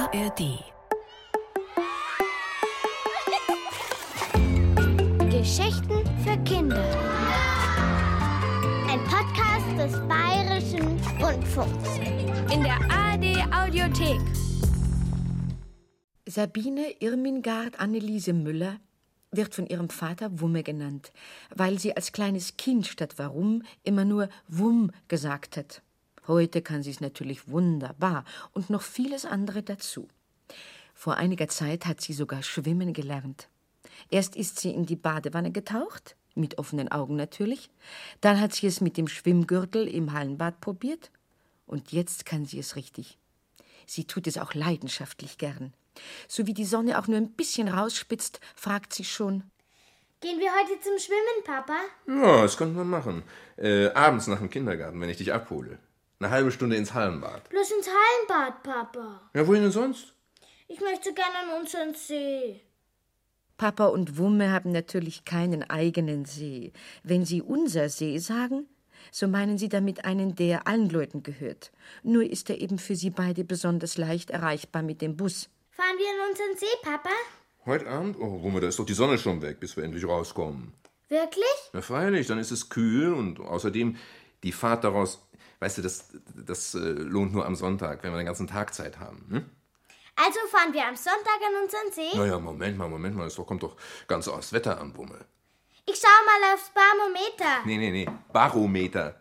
ARD. Geschichten für Kinder. Ein Podcast des Bayerischen Rundfunks. In der ARD-Audiothek. Sabine Irmingard Anneliese Müller wird von ihrem Vater Wumme genannt, weil sie als kleines Kind statt Warum immer nur Wumm gesagt hat. Heute kann sie es natürlich wunderbar und noch vieles andere dazu. Vor einiger Zeit hat sie sogar schwimmen gelernt. Erst ist sie in die Badewanne getaucht, mit offenen Augen natürlich. Dann hat sie es mit dem Schwimmgürtel im Hallenbad probiert. Und jetzt kann sie es richtig. Sie tut es auch leidenschaftlich gern. So wie die Sonne auch nur ein bisschen rausspitzt, fragt sie schon: Gehen wir heute zum Schwimmen, Papa? Ja, das könnten wir machen. Abends nach dem Kindergarten, wenn ich dich abhole. Eine halbe Stunde ins Hallenbad. Bloß ins Hallenbad, Papa. Ja, wohin denn sonst? Ich möchte gerne an unseren See. Papa und Wumme haben natürlich keinen eigenen See. Wenn sie unser See sagen, so meinen sie damit einen, der allen Leuten gehört. Nur ist er eben für sie beide besonders leicht erreichbar mit dem Bus. Fahren wir an unseren See, Papa? Heute Abend? Oh, Wumme, da ist doch die Sonne schon weg, bis wir endlich rauskommen. Wirklich? Na freilich, dann ist es kühl und außerdem die Fahrt daraus, weißt du, das lohnt nur am Sonntag, wenn wir den ganzen Tag Zeit haben. Hm? Also fahren wir am Sonntag an unseren See? Naja, Moment mal, es kommt doch ganz aufs Wetter an, Wumme. Ich schau mal aufs Barometer. Nee, Barometer.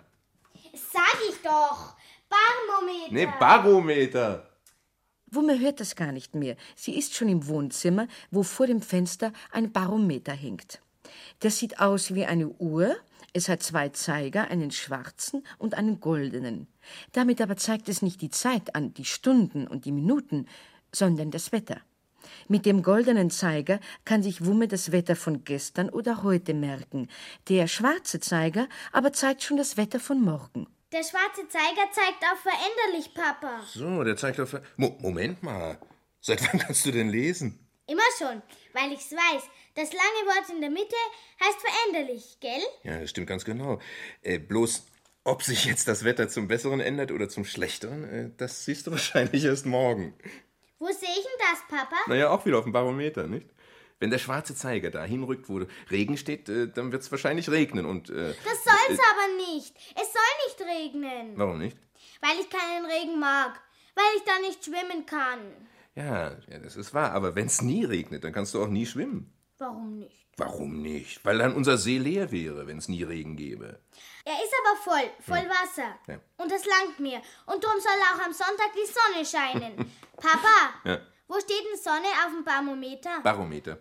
Sag ich doch. Barometer. Nee, Barometer. Wumme hört das gar nicht mehr. Sie ist schon im Wohnzimmer, wo vor dem Fenster ein Barometer hängt. Das sieht aus wie eine Uhr. Es hat 2 Zeiger, einen schwarzen und einen goldenen. Damit aber zeigt es nicht die Zeit an, die Stunden und die Minuten, sondern das Wetter. Mit dem goldenen Zeiger kann sich Wumme das Wetter von gestern oder heute merken. Der schwarze Zeiger aber zeigt schon das Wetter von morgen. Der schwarze Zeiger zeigt auf veränderlich, Papa. So, der zeigt auf... Moment mal. Seit wann kannst du denn lesen? Immer schon, weil ich's weiß. Das lange Wort in der Mitte heißt veränderlich, gell? Ja, das stimmt ganz genau. Bloß, ob sich jetzt das Wetter zum Besseren ändert oder zum Schlechteren, das siehst du wahrscheinlich erst morgen. Wo sehe ich denn das, Papa? Naja, auch wieder auf dem Barometer, nicht? Wenn der schwarze Zeiger da hinrückt, wo Regen steht, dann wird's wahrscheinlich regnen und... Das soll's aber nicht. Es soll nicht regnen. Warum nicht? Weil ich keinen Regen mag. Weil ich da nicht schwimmen kann. Ja, das ist wahr. Aber wenn's nie regnet, dann kannst du auch nie schwimmen. Warum nicht? Warum nicht? Weil dann unser See leer wäre, wenn es nie Regen gäbe. Er ist aber voll Wasser. Ja. Und das langt mir. Und darum soll auch am Sonntag die Sonne scheinen. Papa, Ja. wo steht denn Sonne auf dem Barometer? Barometer.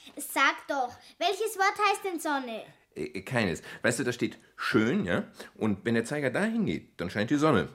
Sag doch, welches Wort heißt denn Sonne? Keines. Weißt du, da steht schön, ja? Und wenn der Zeiger da hingeht, dann scheint die Sonne.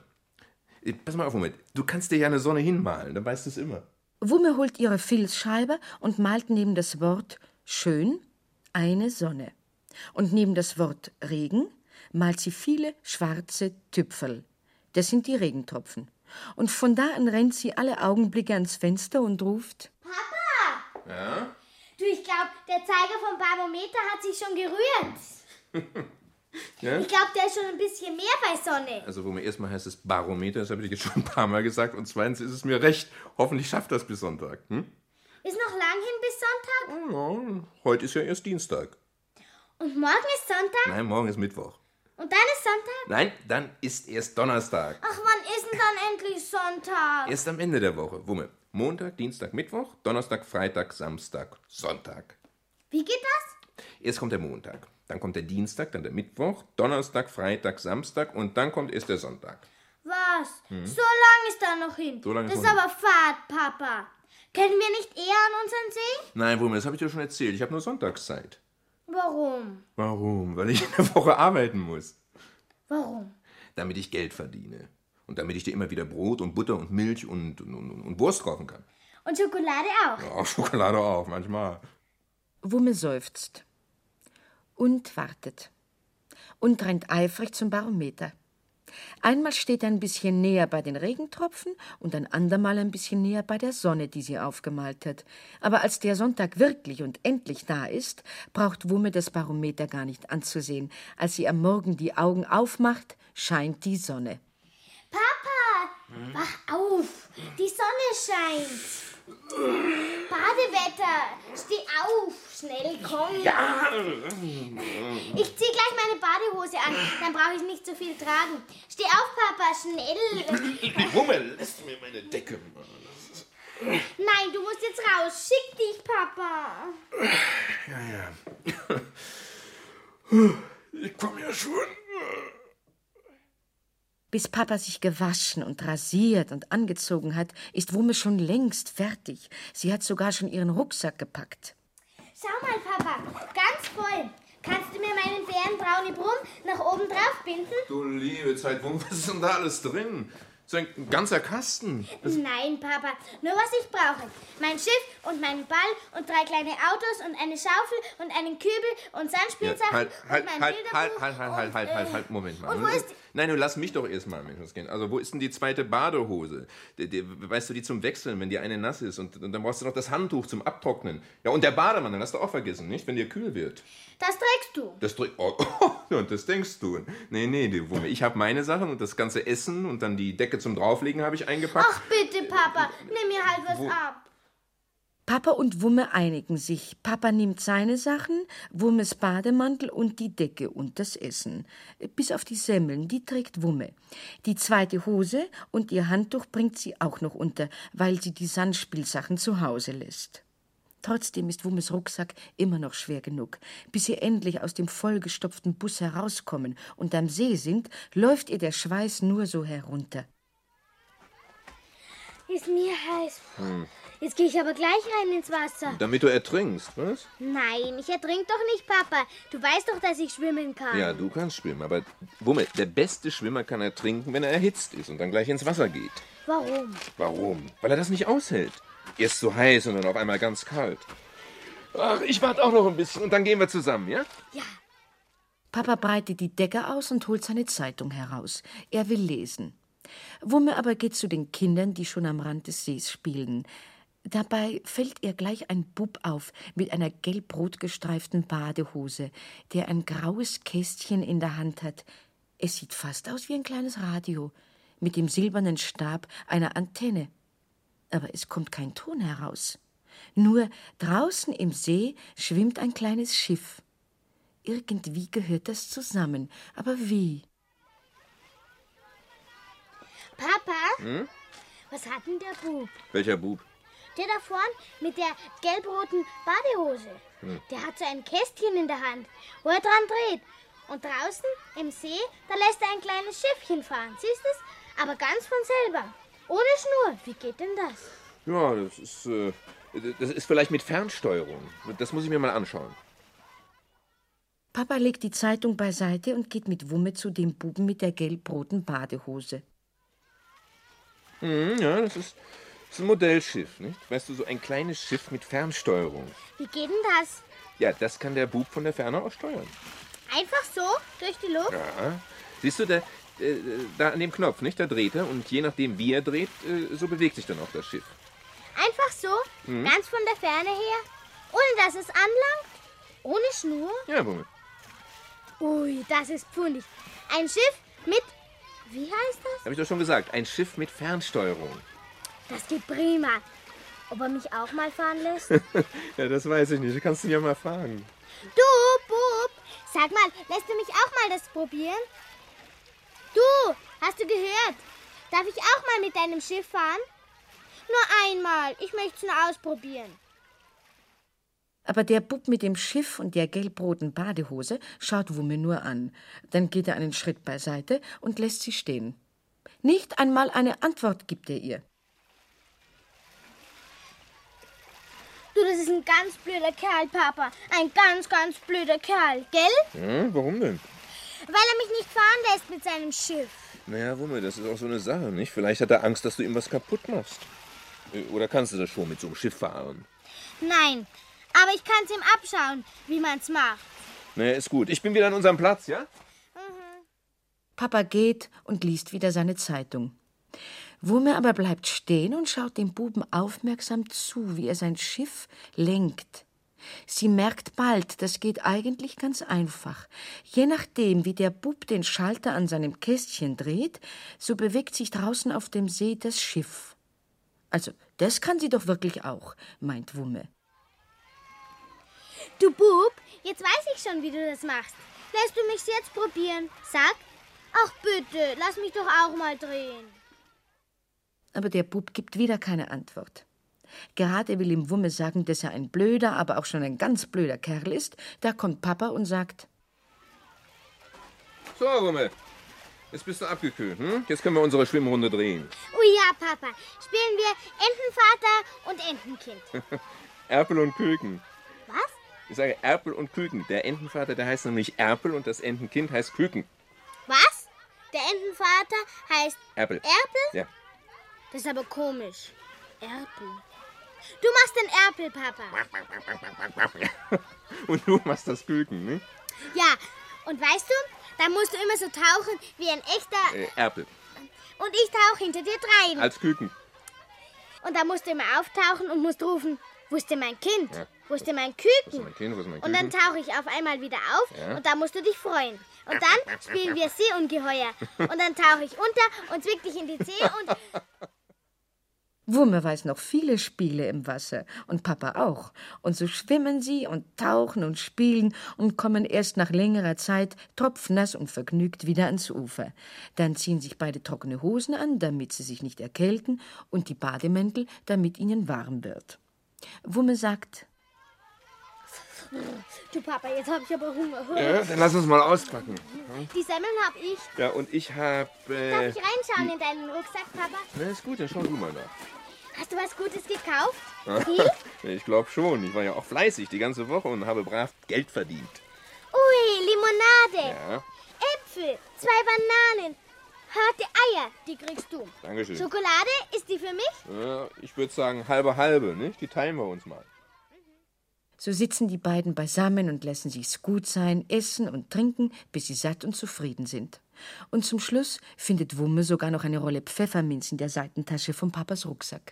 Pass mal auf, Moment. Du kannst dir ja eine Sonne hinmalen, dann weißt du es immer. Wumme holt ihre Filzscheibe und malt neben das Wort schön eine Sonne. Und neben das Wort Regen malt sie viele schwarze Tüpferl. Das sind die Regentropfen. Und von da an rennt sie alle Augenblicke ans Fenster und ruft: Papa! Ja? Du, ich glaube, der Zeiger vom Barometer hat sich schon gerührt. Ja? Ich glaube, der ist schon ein bisschen mehr bei Sonne. Also, erstmal heißt es Barometer, das habe ich jetzt schon ein paar Mal gesagt. Und zweitens ist es mir recht. Hoffentlich schafft das bis Sonntag. Hm? Ist noch lang hin bis Sonntag? Ja, heute ist ja erst Dienstag. Und morgen ist Sonntag? Nein, morgen ist Mittwoch. Und dann ist Sonntag? Nein, dann ist erst Donnerstag. Ach, wann ist denn dann endlich Sonntag? Erst am Ende der Woche. Wumme. Montag, Dienstag, Mittwoch, Donnerstag, Freitag, Samstag, Sonntag. Wie geht das? Erst kommt der Montag, dann kommt der Dienstag, dann der Mittwoch, Donnerstag, Freitag, Samstag und dann kommt erst der Sonntag. Was? So lang ist da noch hin. So lang ist das ist noch hin. aber Fahrt, Papa. Können wir nicht eher an unseren See? Nein, Wumme, das habe ich dir schon erzählt. Ich habe nur Sonntagszeit. Warum? Warum? Weil ich in der Woche arbeiten muss. Warum? Damit ich Geld verdiene. Und damit ich dir immer wieder Brot und Butter und Milch und Wurst kaufen kann. Und Schokolade auch. Ja, Schokolade auch, manchmal. Wumme seufzt und wartet und rennt eifrig zum Barometer. Einmal steht er ein bisschen näher bei den Regentropfen und ein andermal ein bisschen näher bei der Sonne, die sie aufgemalt hat. Aber als der Sonntag wirklich und endlich da ist, braucht Wumme das Barometer gar nicht anzusehen. Als sie am Morgen die Augen aufmacht, scheint die Sonne. Papa, Wach auf, die Sonne scheint. Badewetter, steh auf, schnell, komm. Ja. Ich zieh gleich meine Badehose an, dann brauche ich nicht so viel tragen. Steh auf, Papa, schnell. Wummel, lässt mir meine Decke mal. Nein, du musst jetzt raus. Schick dich, Papa. Ja. Ich komme ja schon. Bis Papa sich gewaschen und rasiert und angezogen hat, ist Wumme schon längst fertig. Sie hat sogar schon ihren Rucksack gepackt. Schau mal, Papa, ganz voll. Kannst du mir meinen Bärenbrauni Brumm nach oben drauf binden? Du liebe Zeit, was ist denn da alles drin? So ein ganzer Kasten. Nein, Papa, nur was ich brauche. Mein Schiff und meinen Ball und 3 kleine Autos und eine Schaufel und einen Kübel und Sandspielsachen und mein Bilderbuch. Halt, Moment mal. Und wo ist Nein, nun lass mich doch erstmal, Menschenskind. Also, wo ist denn die zweite Badehose? Weißt du, die zum Wechseln, wenn die eine nass ist. Und dann brauchst du noch das Handtuch zum Abtrocknen. Ja, und der Bademann, den hast du auch vergessen, nicht? Wenn dir kühl wird. Das trägst du. Und das denkst du. Nee, die Wumme. Ich habe meine Sachen und das ganze Essen und dann die Decke zum Drauflegen habe ich eingepackt. Ach bitte, Papa, nimm mir halt was ab. Papa und Wumme einigen sich. Papa nimmt seine Sachen, Wummes Bademantel und die Decke und das Essen. Bis auf die Semmeln, die trägt Wumme. Die zweite Hose und ihr Handtuch bringt sie auch noch unter, weil sie die Sandspielsachen zu Hause lässt. Trotzdem ist Wummes Rucksack immer noch schwer genug. Bis sie endlich aus dem vollgestopften Bus herauskommen und am See sind, läuft ihr der Schweiß nur so herunter. Ist mir heiß. Jetzt gehe ich aber gleich rein ins Wasser. Damit du ertrinkst, was? Nein, ich ertrink doch nicht, Papa. Du weißt doch, dass ich schwimmen kann. Ja, du kannst schwimmen, aber Wumme, der beste Schwimmer kann ertrinken, wenn er erhitzt ist und dann gleich ins Wasser geht. Warum? Warum? Weil er das nicht aushält. Erst so heiß und dann auf einmal ganz kalt. Ach, ich warte auch noch ein bisschen und dann gehen wir zusammen, ja? Ja. Papa breitet die Decke aus und holt seine Zeitung heraus. Er will lesen. Wumme aber geht zu den Kindern, die schon am Rand des Sees spielen. Dabei fällt ihr gleich ein Bub auf mit einer gelb-rot gestreiften Badehose, der ein graues Kästchen in der Hand hat. Es sieht fast aus wie ein kleines Radio, mit dem silbernen Stab einer Antenne. Aber es kommt kein Ton heraus. Nur draußen im See schwimmt ein kleines Schiff. Irgendwie gehört das zusammen. Aber wie? Papa, was hat denn der Bub? Welcher Bub? Der da vorn mit der gelb-roten Badehose. Der hat so ein Kästchen in der Hand, wo er dran dreht. Und draußen im See, da lässt er ein kleines Schiffchen fahren. Siehst du es? Aber ganz von selber. Ohne Schnur. Wie geht denn das? Ja, das ist vielleicht mit Fernsteuerung. Das muss ich mir mal anschauen. Papa legt die Zeitung beiseite und geht mit Wumme zu dem Buben mit der gelb-roten Badehose. Ja, das ist ein Modellschiff, nicht? Weißt du, so ein kleines Schiff mit Fernsteuerung. Wie geht denn das? Ja, das kann der Bub von der Ferne aus steuern. Einfach so? Durch die Luft? Ja. Siehst du, da an dem Knopf, nicht? Da dreht er und je nachdem, wie er dreht, so bewegt sich dann auch das Schiff. Einfach so? Ganz von der Ferne her? Ohne dass es anlangt? Ohne Schnur? Ja, womit? Ui, das ist pfundig. Ein Schiff mit... Wie heißt das? Habe ich doch schon gesagt, ein Schiff mit Fernsteuerung. Das geht prima. Ob er mich auch mal fahren lässt? Ja, das weiß ich nicht. Du kannst ihn ja mal fragen. Du, Bub, sag mal, lässt du mich auch mal das probieren? Du, hast du gehört? Darf ich auch mal mit deinem Schiff fahren? Nur einmal. Ich möchte es nur ausprobieren. Aber der Bub mit dem Schiff und der gelb-roten Badehose schaut Wumme nur an. Dann geht er einen Schritt beiseite und lässt sie stehen. Nicht einmal eine Antwort gibt er ihr. Du, das ist ein ganz blöder Kerl, Papa. Ein ganz, ganz blöder Kerl, gell? Ja, warum denn? Weil er mich nicht fahren lässt mit seinem Schiff. Naja, Wumme, das ist auch so eine Sache, nicht? Vielleicht hat er Angst, dass du ihm was kaputt machst. Oder kannst du das schon mit so einem Schiff fahren? Nein, aber ich kann es ihm abschauen, wie man's macht. Naja, ist gut. Ich bin wieder an unserem Platz, ja? Papa geht und liest wieder seine Zeitung. Wumme aber bleibt stehen und schaut dem Buben aufmerksam zu, wie er sein Schiff lenkt. Sie merkt bald, das geht eigentlich ganz einfach. Je nachdem, wie der Bub den Schalter an seinem Kästchen dreht, so bewegt sich draußen auf dem See das Schiff. Also, das kann sie doch wirklich auch, meint Wumme. Du Bub, jetzt weiß ich schon, wie du das machst. Lässt du mich jetzt probieren? Sag. Ach bitte, lass mich doch auch mal drehen. Aber der Bub gibt wieder keine Antwort. Gerade will ihm Wumme sagen, dass er ein blöder, aber auch schon ein ganz blöder Kerl ist. Da kommt Papa und sagt: So, Wumme, jetzt bist du abgekühlt. Hm? Jetzt können wir unsere Schwimmrunde drehen. Oh ja, Papa. Spielen wir Entenvater und Entenkind. Erpel und Küken. Was? Ich sage Erpel und Küken. Der Entenvater, der heißt nämlich Erpel und das Entenkind heißt Küken. Was? Der Entenvater heißt Erpel. Erpel? Ja. Das ist aber komisch. Erpel. Du machst den Erpel, Papa. Und du machst das Küken, ne? Ja, und weißt du, da musst du immer so tauchen wie ein echter... Erpel. Und ich tauche hinter dir drein. Als Küken. Und da musst du immer auftauchen und musst rufen: Wo ist denn mein Kind? Ja. Wo ist denn mein Wo ist Küken? mein Kind? Wo ist mein Und dann Küken? tauche ich auf einmal wieder auf Ja. und da musst du dich freuen. Und dann spielen wir Seeungeheuer. Und dann tauche ich unter und zwick dich in die Zeh und... Wumme weiß noch viele Spiele im Wasser und Papa auch. Und so schwimmen sie und tauchen und spielen und kommen erst nach längerer Zeit tropfnass und vergnügt wieder ans Ufer. Dann ziehen sich beide trockene Hosen an, damit sie sich nicht erkälten, und die Bademäntel, damit ihnen warm wird. Wumme sagt: Du Papa, jetzt hab ich aber Hunger. Ja, dann lass uns mal auspacken. Die Semmeln hab ich. Ja, und ich habe... Darf ich reinschauen in deinen Rucksack, Papa? Na, ist gut, dann schau du mal nach. Hast du was Gutes gekauft? Viel? Ich glaube schon. Ich war ja auch fleißig die ganze Woche und habe brav Geld verdient. Ui, Limonade. Ja, Äpfel, 2 Bananen, harte Eier, die kriegst du. Dankeschön. Schokolade, ist die für mich? Ja, ich würde sagen halbe, nicht? Die teilen wir uns mal. So sitzen die beiden beisammen und lassen sich's gut sein, essen und trinken, bis sie satt und zufrieden sind. Und zum Schluss findet Wumme sogar noch eine Rolle Pfefferminz in der Seitentasche von Papas Rucksack.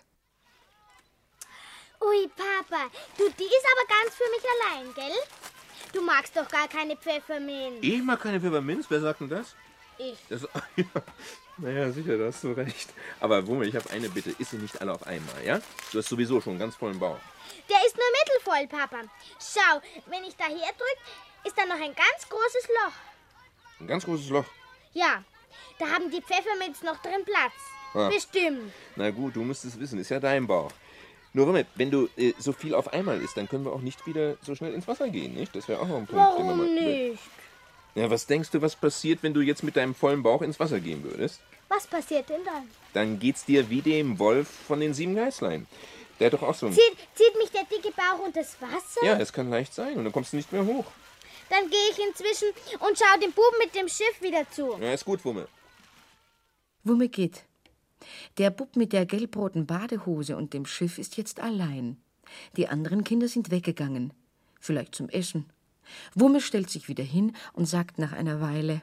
Ui, Papa, du, die ist aber ganz für mich allein, gell? Du magst doch gar keine Pfefferminz. Ich mag keine Pfefferminz. Wer sagt denn das? Ich. Das ja, naja, sicher, da hast du recht. Aber Wumme, ich habe eine Bitte. Iss sie nicht alle auf einmal, ja? Du hast sowieso schon einen ganz vollen Bauch. Der ist nur mittelvoll, Papa. Schau, wenn ich da herdrück, ist da noch ein ganz großes Loch. Ein ganz großes Loch. Ja, da haben die Pfefferminz noch drin Platz. Ah. Bestimmt. Na gut, du musst es wissen. Ist ja dein Bauch. Nur Wumme, wenn du so viel auf einmal isst, dann können wir auch nicht wieder so schnell ins Wasser gehen, nicht? Das wäre auch noch ein Punkt. den wir Warum mal- nicht? Ja, was denkst du, was passiert, wenn du jetzt mit deinem vollen Bauch ins Wasser gehen würdest? Was passiert denn dann? Dann geht's dir wie dem Wolf von den 7 Geißlein. Der hat doch auch so ein... Zieht mich der dicke Bauch unter das Wasser? Ja, es kann leicht sein und dann kommst du nicht mehr hoch. Dann gehe ich inzwischen und schau dem Buben mit dem Schiff wieder zu. Ja, ist gut, Wumme. Wumme geht. Der Bub mit der gelbroten Badehose und dem Schiff ist jetzt allein. Die anderen Kinder sind weggegangen. Vielleicht zum Essen. Wumme stellt sich wieder hin und sagt nach einer Weile: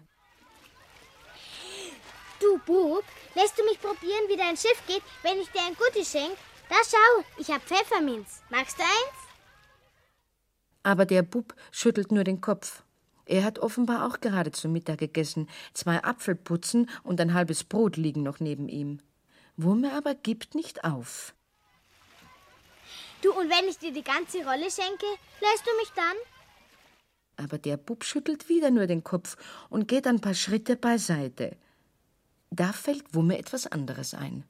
Du Bub, lässt du mich probieren, wie dein Schiff geht, wenn ich dir ein Gutti schenk? Da schau, ich hab Pfefferminz. Magst du eins? Aber der Bub schüttelt nur den Kopf. Er hat offenbar auch gerade zu Mittag gegessen. 2 Apfelputzen und ein halbes Brot liegen noch neben ihm. Wumme aber gibt nicht auf. Du, und wenn ich dir die ganze Rolle schenke, lässt du mich dann? Aber der Bub schüttelt wieder nur den Kopf und geht ein paar Schritte beiseite. Da fällt Wumme etwas anderes ein.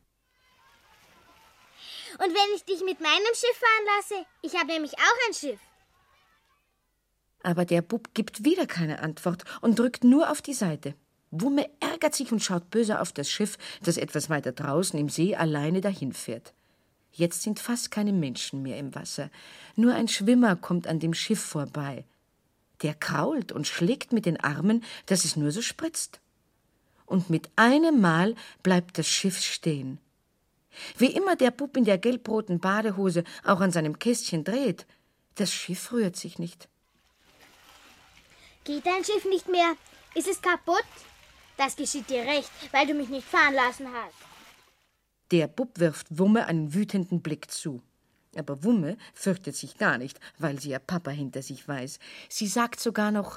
Und wenn ich dich mit meinem Schiff fahren lasse? Ich habe nämlich auch ein Schiff. Aber der Bub gibt wieder keine Antwort und drückt nur auf die Seite. Wumme ärgert sich und schaut böse auf das Schiff, das etwas weiter draußen im See alleine dahinfährt. Jetzt sind fast keine Menschen mehr im Wasser. Nur ein Schwimmer kommt an dem Schiff vorbei. Der krault und schlägt mit den Armen, dass es nur so spritzt. Und mit einem Mal bleibt das Schiff stehen. Wie immer der Bub in der gelbroten Badehose auch an seinem Kästchen dreht, das Schiff rührt sich nicht. Geht dein Schiff nicht mehr? Ist es kaputt? Das geschieht dir recht, weil du mich nicht fahren lassen hast. Der Bub wirft Wumme einen wütenden Blick zu. Aber Wumme fürchtet sich gar nicht, weil sie ja Papa hinter sich weiß. Sie sagt sogar noch: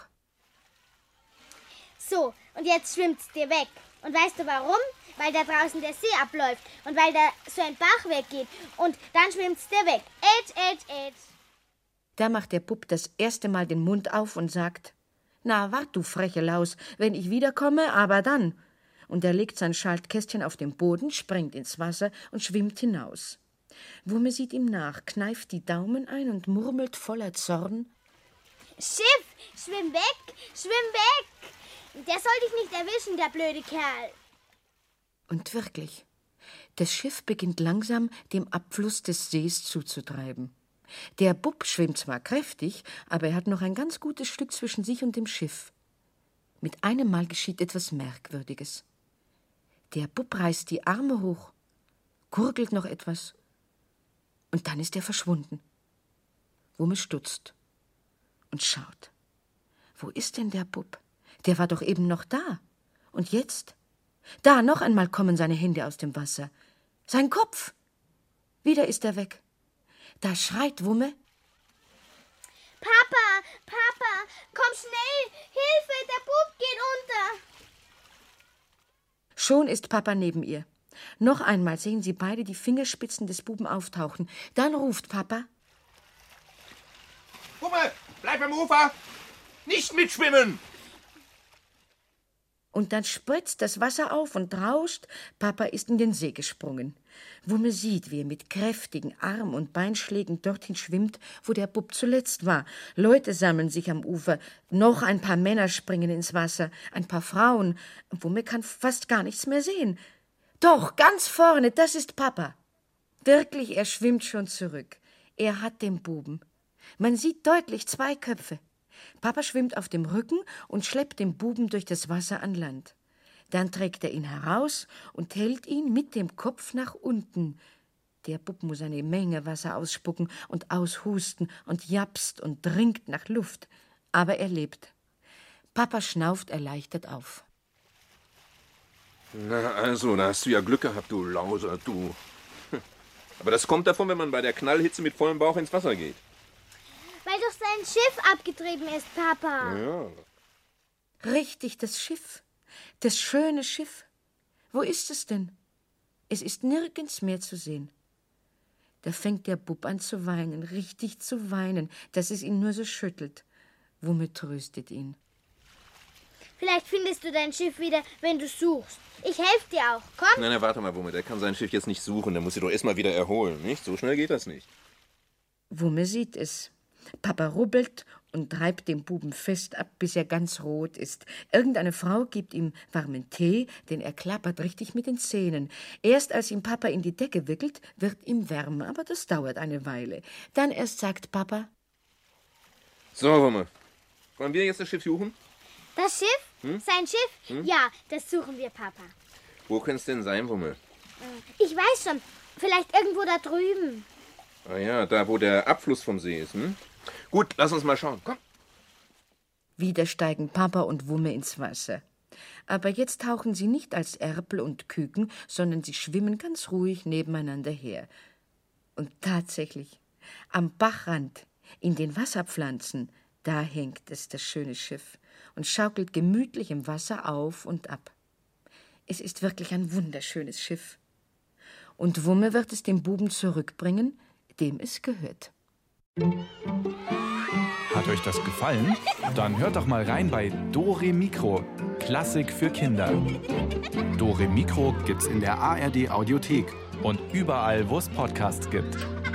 So, und jetzt schwimmt's dir weg. Und weißt du warum? Weil da draußen der See abläuft und weil da so ein Bach weggeht. Und dann schwimmt's dir weg. Ätsch. Da macht der Bub das erste Mal den Mund auf und sagt: Na, wart, du freche Laus, wenn ich wiederkomme, aber dann. Und er legt sein Schaltkästchen auf den Boden, springt ins Wasser und schwimmt hinaus. Wumme sieht ihm nach, kneift die Daumen ein und murmelt voller Zorn: Schiff, schwimm weg. Der soll dich nicht erwischen, der blöde Kerl. Und wirklich, das Schiff beginnt langsam dem Abfluss des Sees zuzutreiben. Der Bub schwimmt zwar kräftig, aber er hat noch ein ganz gutes Stück zwischen sich und dem Schiff. Mit einem Mal geschieht etwas Merkwürdiges. Der Bub reißt die Arme hoch, gurgelt noch etwas und dann ist er verschwunden. Wumme stutzt und schaut. Wo ist denn der Bub? Der war doch eben noch da. Und jetzt? Da, noch einmal kommen seine Hände aus dem Wasser. Sein Kopf! Wieder ist er weg. Da schreit Wumme: Papa, komm schnell! Hilfe, der Bub geht unter! Schon ist Papa neben ihr. Noch einmal sehen sie beide die Fingerspitzen des Buben auftauchen. Dann ruft Papa: Wumme, bleib am Ufer! Nicht mitschwimmen! Und dann spritzt das Wasser auf und rauscht. Papa ist in den See gesprungen. Wumme sieht, wie er mit kräftigen Arm- und Beinschlägen dorthin schwimmt, wo der Bub zuletzt war. Leute sammeln sich am Ufer. Noch ein paar Männer springen ins Wasser. Ein paar Frauen. Wumme kann fast gar nichts mehr sehen. Doch, ganz vorne, das ist Papa. Wirklich, er schwimmt schon zurück. Er hat den Buben. Man sieht deutlich 2 Köpfe. Papa schwimmt auf dem Rücken und schleppt den Buben durch das Wasser an Land. Dann trägt er ihn heraus und hält ihn mit dem Kopf nach unten. Der Bub muss eine Menge Wasser ausspucken und aushusten und japst und dringt nach Luft. Aber er lebt. Papa schnauft erleichtert auf. Na also, da hast du ja Glück gehabt, du Lauser, du. Aber das kommt davon, wenn man bei der Knallhitze mit vollem Bauch ins Wasser geht. Weil doch sein Schiff abgetrieben ist, Papa. Ja. Richtig, das Schiff. Das schöne Schiff. Wo ist es denn? Es ist nirgends mehr zu sehen. Da fängt der Bub an zu weinen, richtig zu weinen, dass es ihn nur so schüttelt. Wumme tröstet ihn. Vielleicht findest du dein Schiff wieder, wenn du suchst. Ich helfe dir auch. Komm. Nein, warte mal, Wumme, der kann sein Schiff jetzt nicht suchen. Der muss sich doch erstmal wieder erholen, nicht? So schnell geht das nicht. Wumme sieht es. Papa rubbelt und treibt den Buben fest ab, bis er ganz rot ist. Irgendeine Frau gibt ihm warmen Tee, denn er klappert richtig mit den Zähnen. Erst als ihn Papa in die Decke wickelt, wird ihm wärmer, aber das dauert eine Weile. Dann erst sagt Papa: So, Wumme, wollen wir jetzt das Schiff suchen? Das Schiff? Sein Schiff? Ja, das suchen wir, Papa. Wo könnte es denn sein, Wumme? Ich weiß schon. Vielleicht irgendwo da drüben. Ah ja, da wo der Abfluss vom See ist, hm? Gut, lass uns mal schauen. Komm. Wieder steigen Papa und Wumme ins Wasser. Aber jetzt tauchen sie nicht als Erpel und Küken, sondern sie schwimmen ganz ruhig nebeneinander her. Und tatsächlich, am Bachrand, in den Wasserpflanzen, da hängt es, das schöne Schiff, und schaukelt gemütlich im Wasser auf und ab. Es ist wirklich ein wunderschönes Schiff. Und Wumme wird es dem Buben zurückbringen, dem es gehört. Hat euch das gefallen? Dann hört doch mal rein bei Dore Mikro, Klassik für Kinder. Dore Mikro gibt's in der ARD Audiothek und überall, wo es Podcasts gibt.